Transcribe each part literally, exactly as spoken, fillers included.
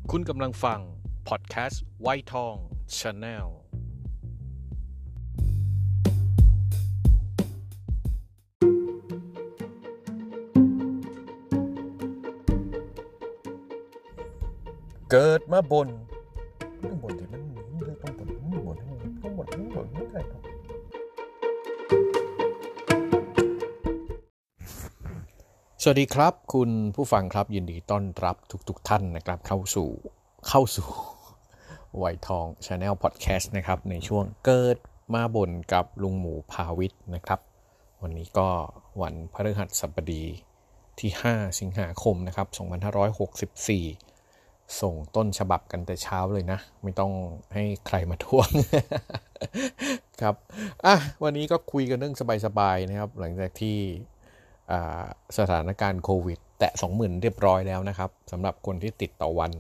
คุณกำลังฟังพอดแคสต์ไวท์ทอง Channelเกิดมาบนต้องบนที่มันต้องบนต้องบนต้องบนต้องบนไม่ได้ครับสวัสดีครับคุณผู้ฟังครับยินดีต้อนรับทุกๆท่านนะครับเข้าสู่เข้าสู่ไวท์ทอง Channel Podcast นะครับในช่วงเกิดมาบนกับลุงหมูภาวิทย์นะครับวันนี้ก็วันพฤหัสบดีที่ห้าสิงหาคมนะครับสองพันห้าร้อยหกสิบสี่ส่งต้นฉบับกันแต่เช้าเลยนะไม่ต้องให้ใครมาทวง ครับอ่ะวันนี้ก็คุยกันเรื่องสบายๆนะครับหลังจากที่สถานการณ์โควิดแตะ สองหมื่น เรียบร้อยแล้วนะครับสำหรับคนที่ติดต่อวัน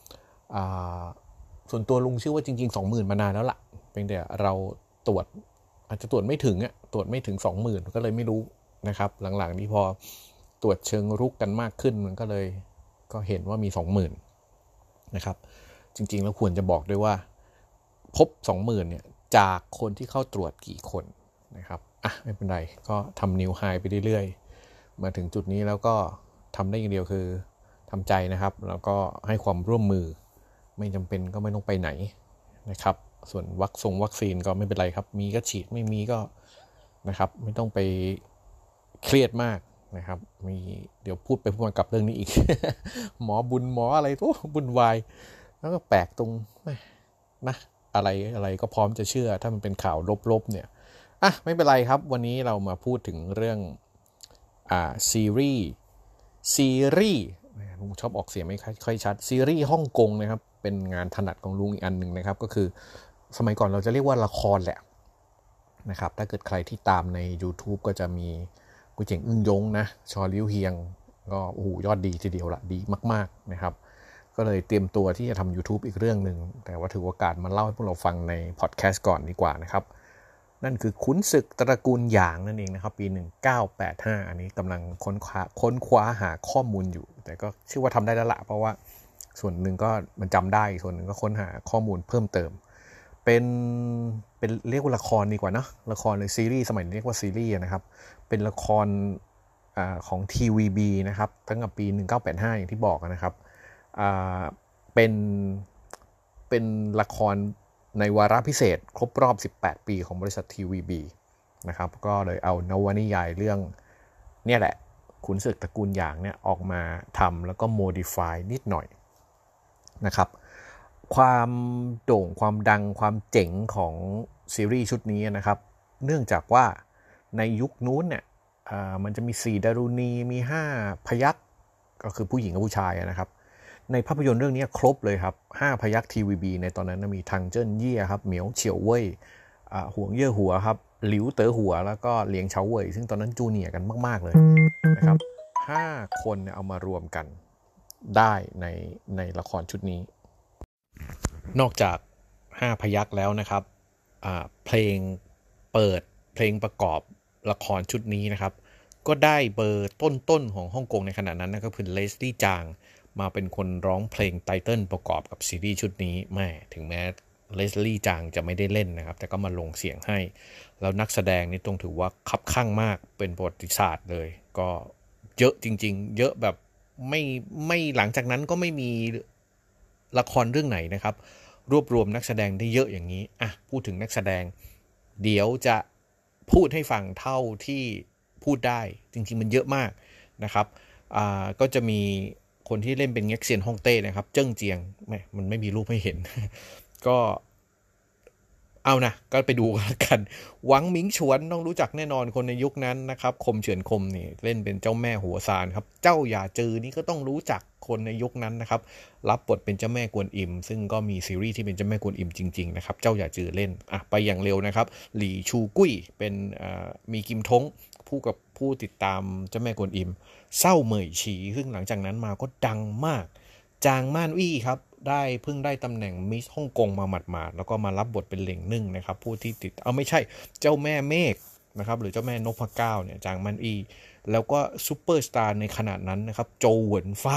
ส่วนตัวลุงเชื่อว่าจริงๆ สองหมื่น มานานแล้วล่ะเพียงแต่เราตรวจอาจจะตรวจไม่ถึงอ่ะตรวจไม่ถึง สองหมื่น ก็เลยไม่รู้นะครับหลังๆนี้พอตรวจเชิงรุกกันมากขึ้นมันก็เลยก็เห็นว่ามี สองหมื่น นะครับจริงๆแล้วควรจะบอกด้วยว่าพบ สองหมื่น เนี่ยจากคนที่เข้าตรวจกี่คนนะครับอ่ะไม่เป็นไรก็ทำนิวไฮไปเรื่อยๆมาถึงจุดนี้แล้วก็ทำได้อย่างเดียวคือทำใจนะครับแล้วก็ให้ความร่วมมือไม่จำเป็นก็ไม่ต้องไปไหนนะครับส่วนวัคซงวัคซีนก็ไม่เป็นไรครับมีก็ฉีดไม่มีก็นะครับไม่ต้องไปเครียดมากนะครับมีเดี๋ยวพูดไปพูดมากับเรื่องนี้อีก หมอบุญหมออะไรโอ้บุญวายแล้วก็แปลกตรงนะอะไรอะไรก็พร้อมจะเชื่อถ้ามันเป็นข่าวลบๆเนี่ยอ่ะไม่เป็นไรครับวันนี้เรามาพูดถึงเรื่องอ่าซีรีส์ซีรีส์ลุงชอบออกเสียงไม่ค่อยชัดซีรีส์ฮ่องกงนะครับเป็นงานถนัดของลุงอีกอันหนึ่งนะครับก็คือสมัยก่อนเราจะเรียกว่าละครแหละนะครับถ้าเกิดใครที่ตามใน YouTube ก็จะมีกุยเจ๋งอึ้งยงนะชอลิ้วเฮียงก็โอ้โหยอดดีทีเดียวละดีมากๆนะครับก็เลยเตรียมตัวที่จะทำ YouTube อีกเรื่องนึงแต่ว่าถือโอกาสมาเล่าให้พวกเราฟังในพอดแคสต์ก่อนดีกว่านะครับนั่นคือขุนศึกตระกูลหยางนั่นเองนะครับปีหนึ่งพันเก้าร้อยแปดสิบห้าอันนี้กำลังค้นคว้าค้นคว้าหาข้อมูลอยู่แต่ก็เชื่อว่าทำได้แล้วละเพราะว่าส่วนหนึ่งก็มันจำได้ส่วนหนึ่งก็ค้นหาข้อมูลเพิ่มเติมเป็นเป็นเรียกว่าละครดีกว่าเนาะละครในซีรีส์สมัยนี้เรียกว่าซีรีส์นะครับเป็นละครอ่าของ ที วี บี นะครับตั้งแต่ปีหนึ่งพันเก้าร้อยแปดสิบห้าอย่างที่บอกนะครับอ่าเป็นเป็นละครในวาระพิเศษครบรอบสิบแปดปีของบริษัท ที วี บี นะครับก็เลยเอานวนิยายเรื่องเนี่ยแหละขุนศึกตระกูลหยางเนี่ยออกมาทำแล้วก็ modify นิดหน่อยนะครับความโด่งความดังความเจ๋งของซีรีส์ชุดนี้นะครับเนื่องจากว่าในยุคนู้นเนี่ยมันจะมีสี่ดารุณีมีห้าพยัคฆ์ก็คือผู้หญิงกับผู้ชายนะครับในภาพยนตร์เรื่องนี้ครบเลยครับห้าพยัคฆ์ ที วี บี ในตอนนั้นมีทังเจิ้นเย่ครับเหมียวเฉียวเว่ยหวงเย่อหัวครับหลิวเต๋อหัวแล้วก็เหลียงเฉาเว่ยซึ่งตอนนั้นจูเนียร์กันมากๆเลยนะครับห้าคนเนี่ยเอามารวมกันได้ในในละครชุดนี้นอกจากห้าพยัคฆ์แล้วนะครับเพลงเปิดเพลงประกอบละครชุดนี้นะครับก็ได้เบอร์ต้นๆของฮ่องกงในขณะนั้นนะก็คือเลสลี่จางมาเป็นคนร้องเพลงไตเติ้ลประกอบกับซีรีส์ชุดนี้แม่ถึงแม้เลสลี่จางจะไม่ได้เล่นนะครับแต่ก็มาลงเสียงให้แล้วนักแสดงนี่ต้องถือว่าคับข้างมากเป็นประวัติศาสตร์เลยก็เยอะจริงๆเยอะแบบไม่ไม่หลังจากนั้นก็ไม่มีละครเรื่องไหนนะครับรวบรวมนักแสดงได้เยอะอย่างนี้อ่ะพูดถึงนักแสดงเดี๋ยวจะพูดให้ฟังเท่าที่พูดได้จริงๆมันเยอะมากนะครับอ่าก็จะมีคนที่เล่นเป็นเง็กเซียนฮ่องเต้นะครับเจิ้งเจียงไม่มันไม่มีรูปให้เห็น ก็เอานะก็ไปดูกันกันหวังหมิงฉวนต้องรู้จักแน่นอนคนในยุคนั้นนะครับคมเฉือนคมนี่เล่นเป็นเจ้าแม่หัวซานครับเจ้าหย่าจือนี่ก็ต้องรู้จักคนในยุคนั้นนะครับรับบทเป็นเจ้าแม่กวนอิมซึ่งก็มีซีรีส์ที่เป็นเจ้าแม่กวนอิมจริงๆนะครับเจ้าหย่าจือเล่นอ่ะไปอย่างเร็วนะครับหลี่ชูกุ้ยเป็นมีกิมทงผู้กับผู้ติดตามเจ้าแม่กวนอิมเศร้าเหมยฉีซึ่งหลังจากนั้นมาก็ดังมากจางม่านอี้ครับได้เพิ่งได้ตำแหน่งมิสฮ่องกงมาหมาดๆแล้วก็มารับบทเป็นเหล่งนึ่งนะครับผู้ที่ติดเอาไม่ใช่เจ้าแม่เมฆนะครับหรือเจ้าแม่นพเก้าเนี่ยจางม่านอี้แล้วก็ซูเปอร์สตาร์ในขนาดนั้นนะครับโจวเหวินฟ้า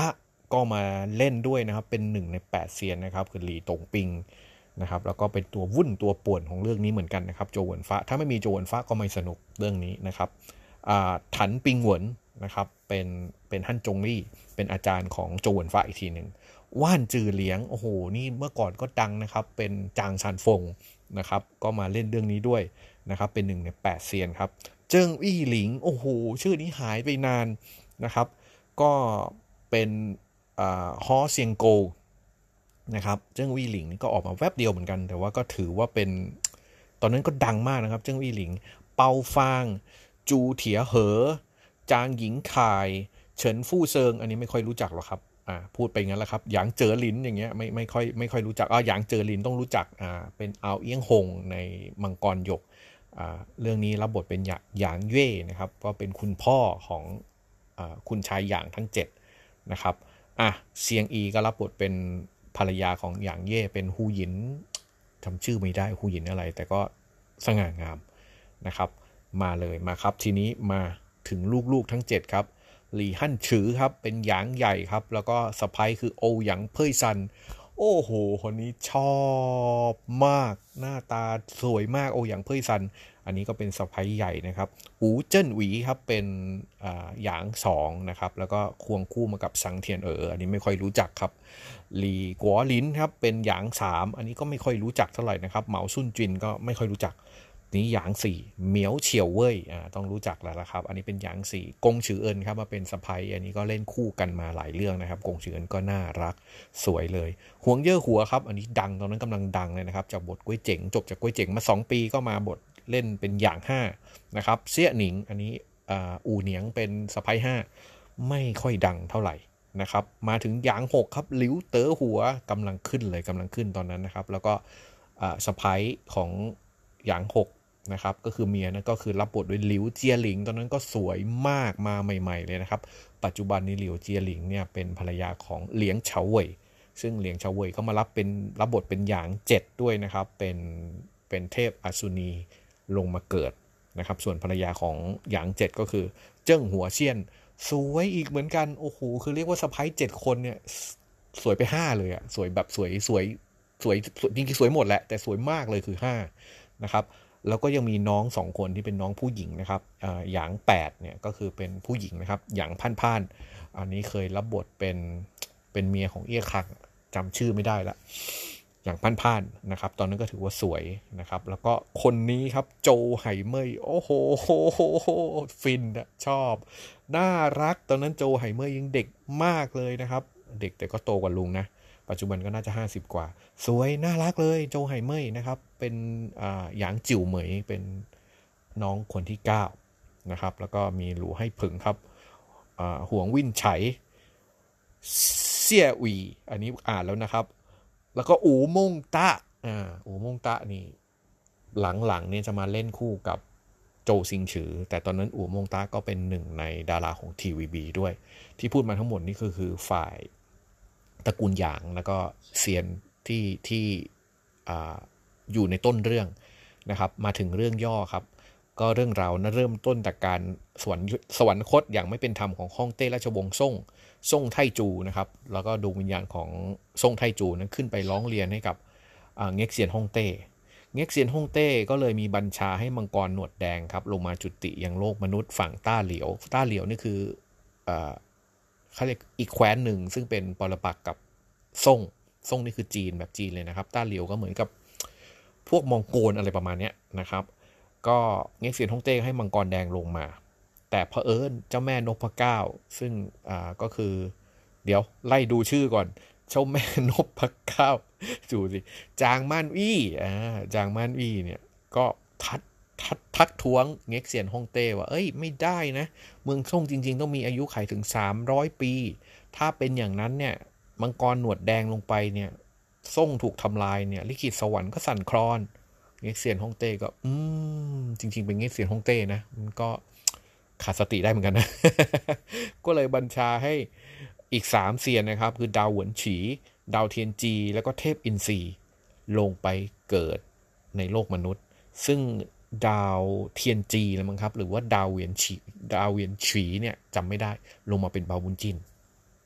ก็มาเล่นด้วยนะครับเป็นหนึ่งในแปดเซียนนะครับคือหลี่ตงปิงนะครับแล้วก็เป็นตัววุ่นตัวป่วนของเรื่องนี้เหมือนกันนะครับโจวเหวินฟ้าถ้าไม่มีโจวเหวินฟ้าก็ไม่สนุกเรื่องนี้นะครับถันปิงเหวินนะครับเป็นเป็นฮั่นจงลี่เป็นอาจารย์ของโจวเหวินฟ้าอีกทีหนึ่งว่านจือเหลียงโอ้โหนี่เมื่อก่อนก็ดังนะครับเป็นจางซันฟงนะครับก็มาเล่นเรื่องนี้ด้วยนะครับเป็นหนึ่งในแปดเซียนครับเจิ้งอี้หลิงโอ้โหชื่อนี้หายไปนานนะครับก็เป็นฮอเซียงโกนะครับเจิ้งวี่หลิงนี่ก็ออกมาแวบเดียวเหมือนกันแต่ว่าก็ถือว่าเป็นตอนนั้นก็ดังมากนะครับเจิ้งวี่หลิงเปาฟางจูเถียเหอจางหญิงข่ายเฉินฟู่เซิงอันนี้ไม่ค่อยรู้จักหรอกครับอ่าพูดไปงั้นแหละครับหยางเจ๋อหลินอย่างเงี้ยไม่ไม่ค่อยไม่ค่อยรู้จักอ่าหยางเจ๋อหลินต้องรู้จักอ่าเป็นอาวเอี้ยงหงในมังกรหยกอ่าเรื่องนี้รับบทเป็นหยางเย่นะครับก็เป็นคุณพ่อของอ่าคุณชายหยางทั้งเจ็ดนะครับอ่ะเซียงอีก็รับบทเป็นภรรยาของหยางเย่เป็นฮูหยินจำชื่อไม่ได้ฮูหยินอะไรแต่ก็สง่างามนะครับมาเลยมาครับทีนี้มาถึงลูกๆทั้งเจ็ดครับหลี่ฮั่นฉือครับเป็นหยางใหญ่ครับแล้วก็สะใภ้คือโอหยางเพ่ยซันโอ้โหคนนี้ชอบมากหน้าตาสวยมากโอหยางเพ่ยซันอันนี้ก็เป็นสะใภ้ใหญ่นะครับอูเจิ้นหวีครับเป็นหยางสองนะครับแล้วก็ควงคู่มากับซังเทียนเอ๋ออันนี้ไม่ค่อยรู้จักครับหลี่กัวลินครับเป็นหยางสามอันนี้ก็ไม่ค่อยรู้จักเท่าไหร่นะครับเหมาซุนจินก็ไม่ค่อยรู้จักนี้หยางสี่เหมียวเฉียวเว่ยอ่าต้องรู้จักแล้วละครับอันนี้เป็นหยางสี่กงฉือเอินครับมาเป็นสะใภ้อันนี้ก็เล่นคู่กันมาหลายเรื่องนะครับกงฉือเอินก็น่ารักสวยเลยหวงเย่อหัวครับอันนี้ดังตอนนั้นกำลังดังเลยนะครับจากบทกุ้ยเจ๋งจบจากกุ้ยเจ๋งมาสองปีก็มาบทเล่นเป็นหยางห้านะครับเสี่ยหนิงอันนี้อ่าอู่เหนียงเป็นสะใภ้ห้าไม่ค่อยดังเท่าไหร่นะครับมาถึงหยางหกครับหลิวเต๋อหัวกำลังขึ้นเลยกำลังขึ้นตอนนั้นนะครับแล้วก็สะใภ้ของหยางหกนะครับก็คือเมียนะก็คือรับบทด้วยหลิวเจียหลิงตอนนั้นก็สวยมากมาใหม่ๆเลยนะครับปัจจุบันนี้หลิวเจียหลิงเนี่ยเป็นภรรยาของเหลียงเฉาเว่ยซึ่งเหลียงเฉาเว่ยก็มารับเป็นรับบทเป็นหยางเจ็ดด้วยนะครับเป็นเป็นเทพอสุนีลงมาเกิดนะครับส่วนภรรยาของหยางเจ็ดก็คือเจิ้งหัวเซียนสวยอีกเหมือนกันโอ้โหคือเรียกว่าสะใภ้เจ็ดคนเนี่ยสวยไปห้าเลยอะสวยแบบสวยสวยสวยจริงๆสวยหมดแหละแต่สวยมากเลยคือห้านะครับแล้วก็ยังมีน้องสองคนที่เป็นน้องผู้หญิงนะครับหยางแปดเนี่ยก็คือเป็นผู้หญิงนะครับหยางพันพ่านอันนี้เคยรับบทเป็นเป็นเมียของเอี้ยคังจำชื่อไม่ได้ละอย่างพันพ่านนะครับตอนนั้นก็ถือว่าสวยนะครับแล้วก็คนนี้ครับโจไหเม่ยโอ้โหฟินอะชอบน่ารักตอนนั้นโจไหเม่ยยังเด็กมากเลยนะครับเด็กแต่ก็โตกว่าลุงนะปัจจุบันก็น่าจะห้าสิบกว่าสวยน่ารักเลยโจไหเม่ยนะครับเป็นอ่าหยางจิ๋วเหมยเป็นน้องคนที่เก้านะครับแล้วก็มีหลูให้ผึ่งครับอ่าหวงวินไฉเสี่ยอุ๋ยอันนี้อ่านแล้วนะครับแล้วก็อูมงตะอ่าอูมงตะนี่หลังๆเนี่ยจะมาเล่นคู่กับโจซิงฉือแต่ตอนนั้นอูมงตะก็เป็นหนึ่งในดาราของ ที วี บี ด้วยที่พูดมาทั้งหมดนี่คือคือฝ่ายตระกูลหยางแล้วก็เซียนที่ที่อ่าอยู่ในต้นเรื่องนะครับมาถึงเรื่องย่อครับก็เรื่องราวนะเริ่มต้นจากการสวรรค์สวรรคตอย่างไม่เป็นธรรมของฮ่องเต้ราชวงศ์ซ่งซ่งไทจูนะครับแล้วก็ดวงวิญญาณของซ่งไทจูนั้นขึ้นไปร้องเรียนให้กับเง็กเซียนฮ่องเต้เง็กเซียนฮ่องเต้ก็เลยมีบัญชาให้มังกรหนวดแดงครับลงมาจุติยังโลกมนุษย์ฝั่งต้าเหลียวต้าเหลียวนี่คือเขาเรียกอีกแคว้นหนึ่งซึ่งเป็นปรปักษ์กับซ่งซ่งนี่คือจีนแบบจีนเลยนะครับต้าเหลียวก็เหมือนกับพวกมองโกลอะไรประมาณนี้นะครับก็เง็กเซียนฮ่องเต้ให้มังกรแดงลงมาแต่เผอิญเจ้าแม่นพเก้าซึ่งอ่าก็คือเดี๋ยวไล่ดูชื่อก่อนเจ้าแม่นพเก้าดูสิจางม่านวี่อ่าจางม่านวี่เนี่ยก็ทัดทัดทักท้วงเง็กเซียนฮ่องเต้ว่าเอ้ยไม่ได้นะเมืองซ่งจริงๆต้องมีอายุขัยถึงสามร้อยปีถ้าเป็นอย่างนั้นเนี่ยมังกรหนวดแดงลงไปเนี่ยซ่งถูกทำลายเนี่ยลิขิตสวรรค์ก็สั่นคลอนเง็กเซียนฮ่องเต้ก็อืมจริงๆเป็นเง็กเซียนฮ่องเต้นะมันก็ขาดสติได้เหมือนกันนะ ก็เลยบัญชาให้อีกสามเซียนนะครับคือดาวเหวินฉีดาวเทียนจีแล้วก็เทพอินทรีลงไปเกิดในโลกมนุษย์ซึ่งดาวเทียนจีแล้วมั้งครับหรือว่าดาวเวียนฉีดาวเวียนฉีเนี่ยจำไม่ได้ลงมาเป็นบาวุนจิน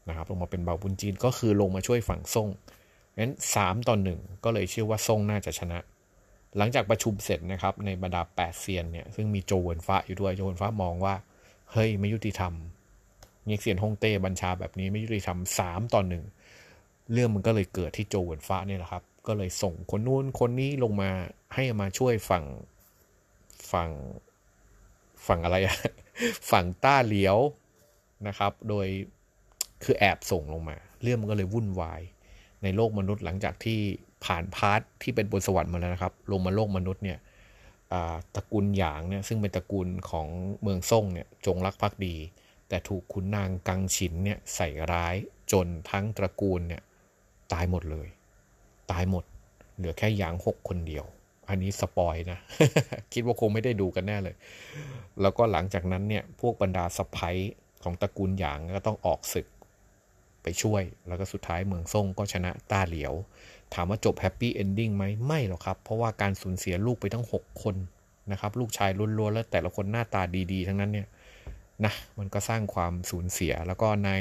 นะครับลงมาเป็นเบาบุญจีนก็คือลงมาช่วยฝั่งซ่งงั้นสามต่อหนึ่งก็เลยเชื่อว่าซ่งน่าจะชนะหลังจากประชุมเสร็จนะครับในบรรดาแปดเซียนเนี่ยซึ่งมีโจวเวินฟ้าอยู่ด้วยโจวเวินฟ้ามองว่าเฮ้ยไม่ยุติธรรมเงียกเซียนฮ่องเต้บัญชาแบบนี้ไม่ยุติธรรมสามต่อหนึ่งเรื่องมันก็เลยเกิดที่โจวเวินฟ้าเนี่ยแหละครับก็เลยส่งคนนู้นคนนี้ลงมาให้มาช่วยฝั่งฝั่งฝั่งอะไรอะ ฝั่งต้าเหลียวนะครับโดยคือแอบส่งลงมาเรื่องมันก็เลยวุ่นวายในโลกมนุษย์หลังจากที่ผ่านพาร์ทที่เป็นบนสวรรค์มาแล้วนะครับลงมาโลกมนุษย์เนี่ยตระกูลหยางเนี่ยซึ่งเป็นตระกูลของเมืองซ่งเนี่ยจงรักภักดีแต่ถูกขุนนางกังฉินเนี่ยใส่ร้ายจนทั้งตระกูลเนี่ยตายหมดเลยตายหมดเหลือแค่หยางหกคนเดียวอันนี้สปอยนะ คิดว่าคงไม่ได้ดูกันแน่เลยแล้วก็หลังจากนั้นเนี่ยพวกบรรดาสะใภ้ของตระกูลหยางก็ต้องออกศึกไปช่วยแล้วก็สุดท้ายเมืองซ่งก็ชนะต้าเหลียวถามว่าจบแฮปปี้เอนดิ้งไหมไม่หรอกครับเพราะว่าการสูญเสียลูกไปทั้งหกคนนะครับลูกชายล้วนๆแล้วแต่ละคนหน้าตาดีๆทั้งนั้นเนี่ยนะมันก็สร้างความสูญเสียแล้วก็ใน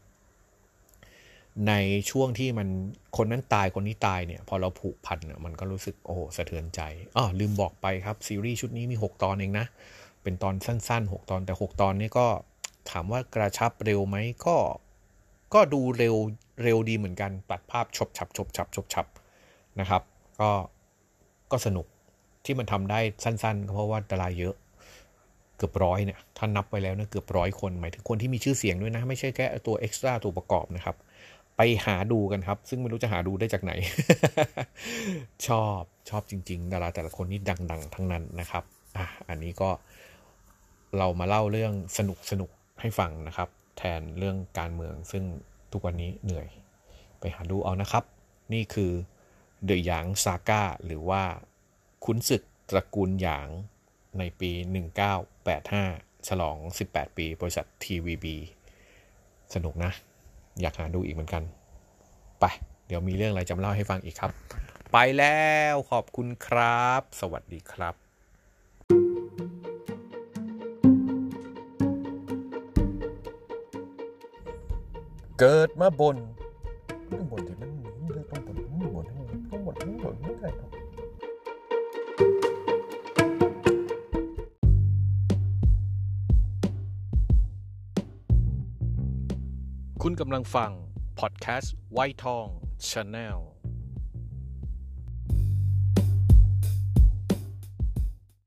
ในช่วงที่มันคนนั้นตายคนนี้ตายเนี่ยพอเราผูกพันเนี่ยมันก็รู้สึกโอ้โหสะเทือนใจอ้อลืมบอกไปครับซีรีส์ชุดนี้มีหกตอนเองนะเป็นตอนสั้นๆหกตอนแต่หกตอนนี้ก็ถามว่ากระชับเร็วไหมก็ก็ดูเร็วเร็วดีเหมือนกันตัดภาพชบฉับชบฉับชบฉับนะครับก็ก็สนุกที่มันทำได้สั้นๆเพราะว่าดาราเยอะเกือบร้อยเนี่ยถ้านับไปแล้วนะเกือบร้อยคนหมายถึงคนที่มีชื่อเสียงด้วยนะไม่ใช่แค่ตัวเอ็กซ์ตร้าตัวประกอบนะครับไปหาดูกันครับซึ่งไม่รู้จะหาดูได้จากไหน ชอบชอบจริงๆดาราแต่ละคนนี่ดังๆทั้งนั้นนะครับอ่ะอันนี้ก็เรามาเล่าเรื่องสนุกสนุกให้ฟังนะครับแทนเรื่องการเมืองซึ่งทุกวันนี้เหนื่อยไปหาดูเอานะครับนี่คือเดอะหยางซาก้าหรือว่าขุนศึกตระกูลหยางในปีหนึ่งเก้าแปดห้าฉลองสิบแปดปีบริษัท ที วี บี สนุกนะอยากหาดูอีกเหมือนกันไปเดี๋ยวมีเรื่องอะไรจะมาเล่าให้ฟังอีกครับไปแล้วขอบคุณครับสวัสดีครับเกิดมาบนต้องบนที่มันต้องบนต้องบนต้องบนต้องบนไม่ได้ครับคุณกำลังฟังพอดแคสต์ไวท์ทอง Channel